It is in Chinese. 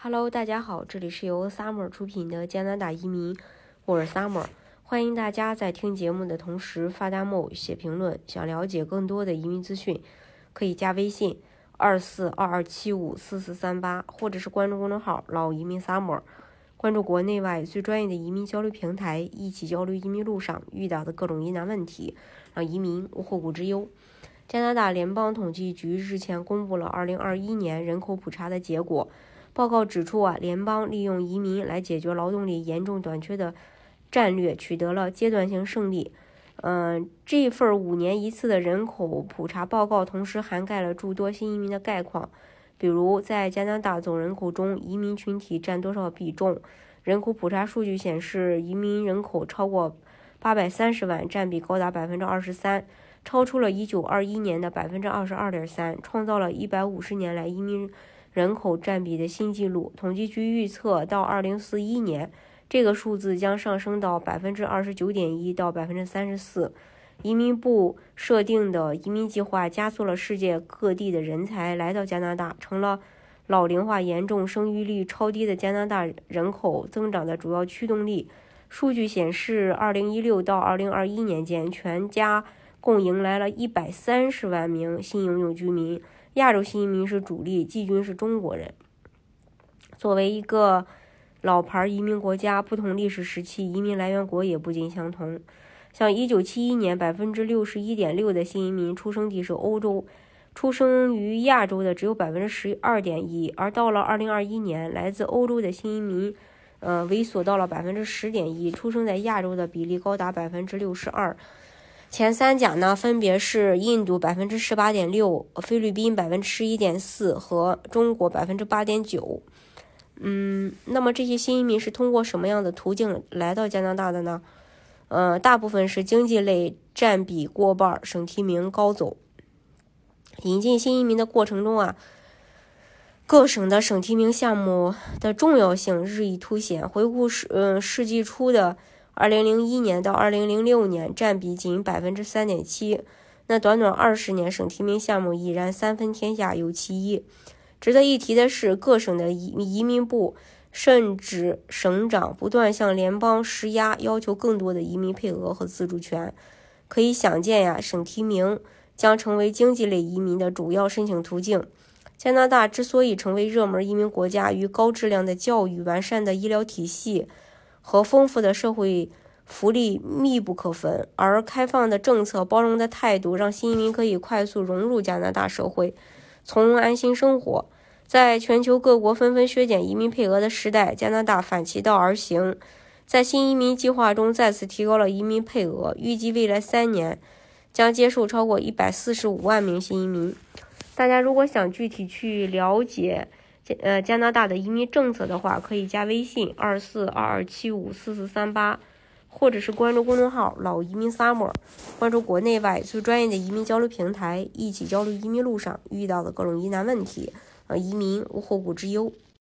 Hello， 大家好，这里是由 Summer 出品的加拿大移民，我是 Summer， 欢迎大家在听节目的同时发弹幕、写评论。想了解更多的移民资讯，可以加微信2422754438，或者是关注公众号老移民 Summer， 关注国内外最专业的移民交流平台，一起交流移民路上遇到的各种疑难问题，让移民无后顾之忧。加拿大联邦统计局日前公布了2021年人口普查的结果。报告指出联邦利用移民来解决劳动力严重短缺的战略取得了阶段性胜利。这份5年一次的人口普查报告同时涵盖了诸多新移民的概况，比如在加拿大总人口中移民群体占多少比重。人口普查数据显示，移民人口超过830万，占比高达 23%， 超出了1921年的 22.3%， 创造了150年来移民人口占比的新纪录。统计局预测到2041年，这个数字将上升到 29.1% 到 34%。移民部设定的移民计划加速了世界各地的人才来到加拿大，成了老龄化严重、生育率超低的加拿大人口增长的主要驱动力。数据显示，2016到2021年间，全家共迎来了130万名新永久居民。亚洲新移民是主力，季军是中国人。作为一个老牌移民国家，不同历史时期移民来源国也不尽相同。像1971年 61.6% 的新移民出生地是欧洲，出生于亚洲的只有 12.1%， 而到了2021年，来自欧洲的新移民萎缩到了 10.1%， 出生在亚洲的比例高达 62%。前三甲呢，分别是印度 18.6%、菲律宾 11.4% 和中国 8.9%。那么这些新移民是通过什么样的途径来到加拿大的呢？大部分是经济类，占比过半，省提名高走。引进新移民的过程中各省的省提名项目的重要性日益凸显。回顾世纪初的2001年到2006年，占比仅 3.7%， 那短短20年，省提名项目已然三分天下，有其一。值得一提的是，各省的移民部甚至省长不断向联邦施压，要求更多的移民配额和自主权。可以想见省提名将成为经济类移民的主要申请途径。加拿大之所以成为热门移民国家，与高质量的教育、完善的医疗体系和丰富的社会福利密不可分，而开放的政策、包容的态度，让新移民可以快速融入加拿大社会，从容安心生活。在全球各国纷纷削减移民配额的时代，加拿大反其道而行，在新移民计划中再次提高了移民配额，预计未来3年将接受超过145万名新移民。大家如果想具体去了解加拿大的移民政策的话，可以加微信2422754438，或者是关注公众号老移民 Summer， 关注国内外最专业的移民交流平台，一起交流移民路上遇到的各种疑难问题，移民无后顾之忧。